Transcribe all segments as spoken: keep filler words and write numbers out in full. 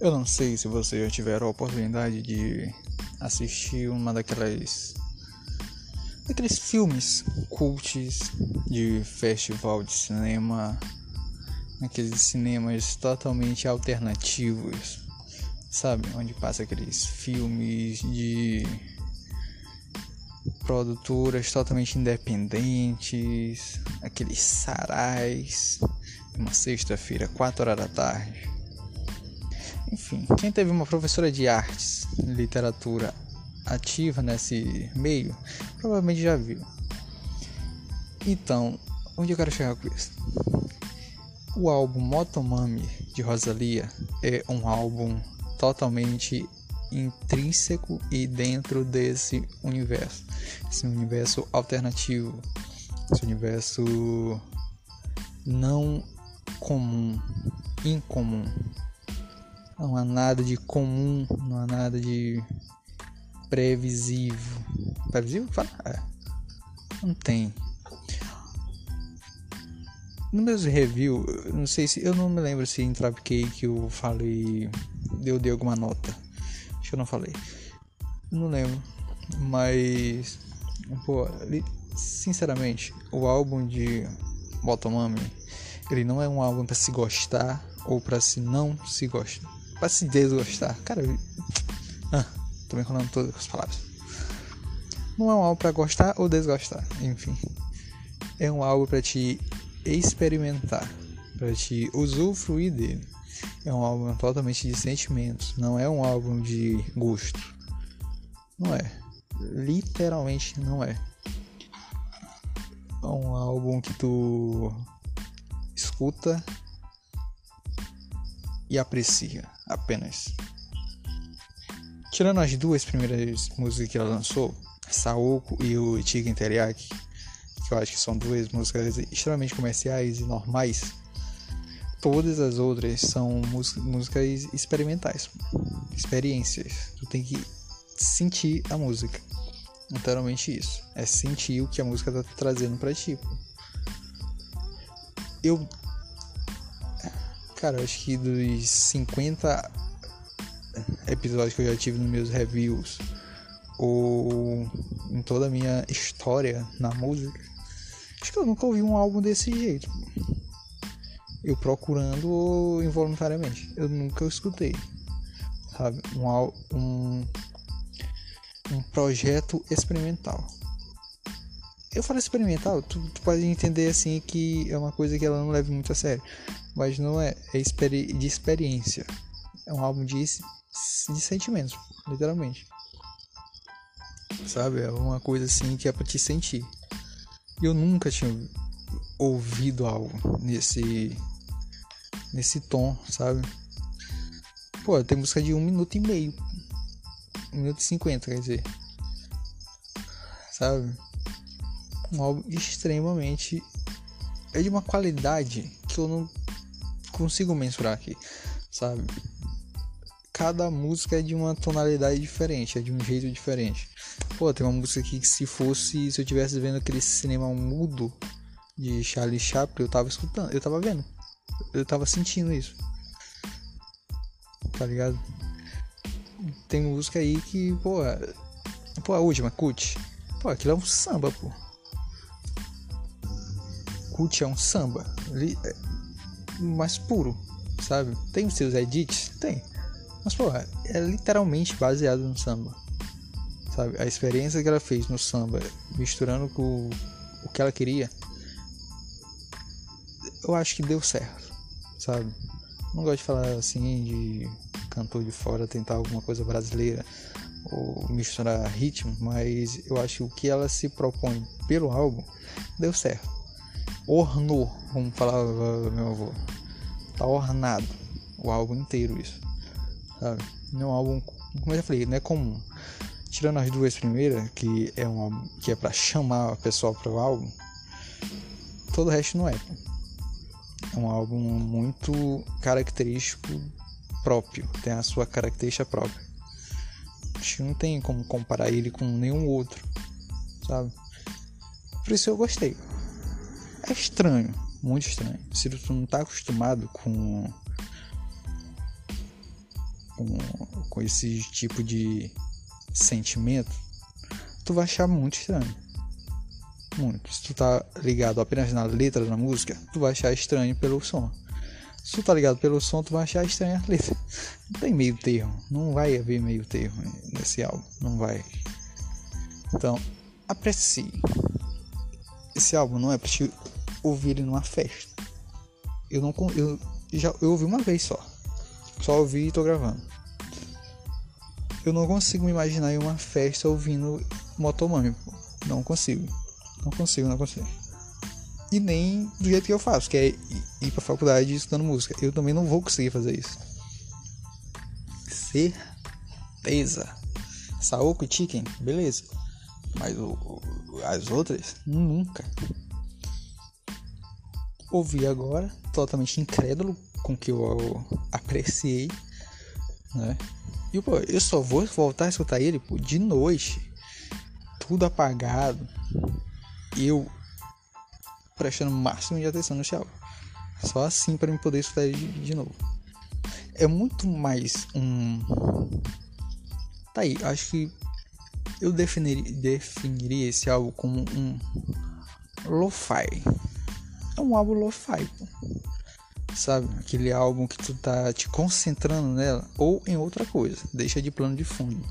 Eu não sei se vocês já tiveram a oportunidade de assistir uma daquelas daqueles filmes cults de festival de cinema, aqueles cinemas totalmente alternativos, sabe? Onde passa aqueles filmes de produtoras totalmente independentes, aqueles sarais, uma sexta-feira, quatro horas da tarde. Enfim, quem teve uma professora de artes e literatura ativa nesse meio, provavelmente já viu. Então, onde eu quero chegar com isso? O álbum Motomami de Rosalía é um álbum totalmente intrínseco e dentro desse universo, esse universo alternativo, esse universo não comum, incomum. Não há nada de comum, não há nada de previsível. Previsível? Fala? É. Não tem. No meus review, não sei se. Eu não me lembro se em Trap Cake eu falei. Eu dei alguma nota. Acho que eu não falei. Não lembro. Mas. Pô, sinceramente, o álbum de Motomami, ele não é um álbum pra se gostar ou pra se não se gostar. Pra se desgostar. Cara, eu... ah, tô me enrolando todas as palavras. Não é um álbum pra gostar ou desgostar. Enfim. É um álbum pra te experimentar, para te usufruir dele. É um álbum totalmente de sentimentos, não é um álbum de gosto. Não é. Literalmente não é. É um álbum que tu escuta e aprecia apenas. Tirando as duas primeiras músicas que ela lançou, Saoko e o Chicken Teriyaki, que eu acho que são duas músicas extremamente comerciais e normais, todas as outras são músicas experimentais, experiências. Tu tem que sentir a música, literalmente isso, é sentir o que a música tá trazendo pra ti. Eu, cara, eu acho que dos cinquenta episódios que eu já tive nos meus reviews, ou em toda a minha história na música, acho que eu nunca ouvi um álbum desse jeito. Eu procurando involuntariamente, eu nunca escutei, sabe? Um, um, um projeto experimental. Eu falo experimental, tu, tu pode entender assim que é uma coisa que ela não leva muito a sério, mas não é, é experi- de experiência. É um álbum de, de sentimentos, literalmente. Sabe? É uma coisa assim que é pra te sentir. Eu nunca tinha ouvido algo nesse nesse tom, sabe? Pô, tem música de um minuto e meio, um minuto e cinquenta, quer dizer, sabe? Um álbum extremamente, é de uma qualidade que eu não consigo mensurar aqui, sabe? Cada música é de uma tonalidade diferente, é de um jeito diferente. Pô, tem uma música aqui que se fosse, se eu tivesse vendo aquele cinema mudo de Charlie Chaplin, eu tava escutando, eu tava vendo, eu tava sentindo isso, tá ligado? Tem música aí que, pô, pô, a última, Cut, pô, aquilo é um samba, pô. Cut é um samba, mais puro, sabe? Tem os seus edits? Tem. Mas, pô, é literalmente baseado no samba, sabe? A experiência que ela fez no samba, misturando com o que ela queria, eu acho que deu certo, sabe? Não gosto de falar assim de cantor de fora tentar alguma coisa brasileira ou misturar ritmo, mas eu acho que o que ela se propõe pelo álbum deu certo. Ornou, como falava meu avô, tá ornado o álbum inteiro, isso, sabe? Não é um álbum, como eu já falei, não é comum. Tirando as duas primeiras, que é um álbum que é pra chamar a pessoa pro álbum, todo o resto não é. É um álbum muito característico, próprio, tem a sua característica própria. Acho que não tem como comparar ele com nenhum outro, sabe? Por isso eu gostei. É estranho, muito estranho. Se tu não tá acostumado com com, com esse tipo de sentimento, tu vai achar muito estranho. Muito. Se tu tá ligado apenas na letra da música, tu vai achar estranho pelo som. Se tu tá ligado pelo som, tu vai achar estranho a letra. Não tem meio termo. Não vai haver meio termo nesse álbum. Não vai. Então, aprecie. Esse álbum não é pra te ouvir ele numa festa. Eu não eu já eu ouvi uma vez só. Só ouvi e tô gravando. Eu não consigo me imaginar em uma festa ouvindo Motomami. Não consigo. Não consigo, não consigo. E nem do jeito que eu faço, que é ir pra faculdade escutando música. Eu também não vou conseguir fazer isso. Certeza. Saoko e Chicken, beleza. Mas o, o, as outras, nunca. Ouvi agora, totalmente incrédulo com o que eu, eu apreciei, né? E pô, eu só vou voltar a escutar ele pô, de noite, tudo apagado, eu prestando o máximo de atenção no álbum. Só assim para eu poder escutar ele de, de novo. É muito mais um... Tá aí, acho que eu definiria, definiria esse álbum como um lo-fi. É um álbum lo-fi, pô. Sabe? Aquele álbum que tu tá te concentrando nela ou em outra coisa. Deixa de plano de fundo.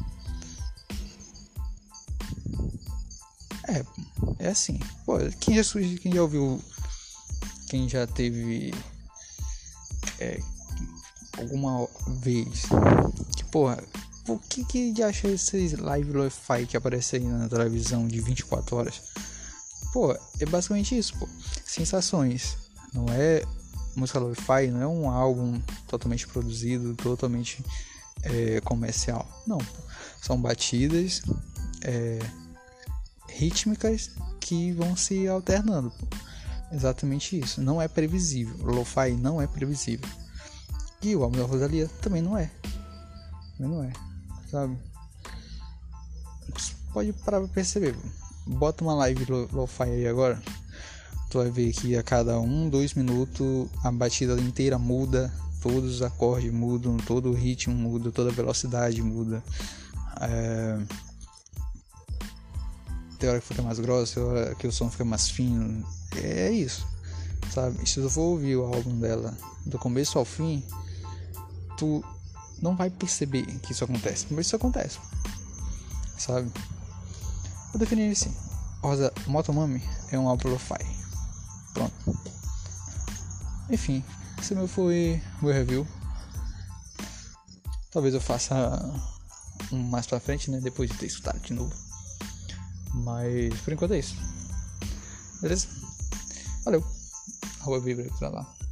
É, é assim. Pô, quem já, quem já ouviu, quem já teve é, alguma vez que, porra, o que que de acha esses live lo-fi que aparece aí na televisão de vinte e quatro horas? Pô, é basicamente isso, pô. Sensações. Não é música lo-fi, não é um álbum totalmente produzido, totalmente é, comercial. Não, pô. São batidas é, rítmicas que vão se alternando, pô. Exatamente isso. Não é previsível. Lo-fi não é previsível. E o álbum da Rosalía também não é. Também não é. Sabe? Você pode parar pra perceber. Bota uma live lo-fi aí agora. Tu vai ver que a cada um, dois minutos a batida inteira muda. Todos os acordes mudam. Todo o ritmo muda. Toda a velocidade muda. É... Tem hora que fica mais grossa. Tem hora que o som fica mais fino. É isso. Sabe? Se tu for ouvir o álbum dela do começo ao fim, tu não vai perceber que isso acontece, mas isso acontece, sabe? Vou definir assim: Rosa Motomami é um álbum lo-fi. Pronto. Enfim, esse meu foi o meu review. Talvez eu faça um mais pra frente, né? Depois de ter escutado de novo. Mas por enquanto é isso. Beleza? Valeu. Arroba Vibra pra lá.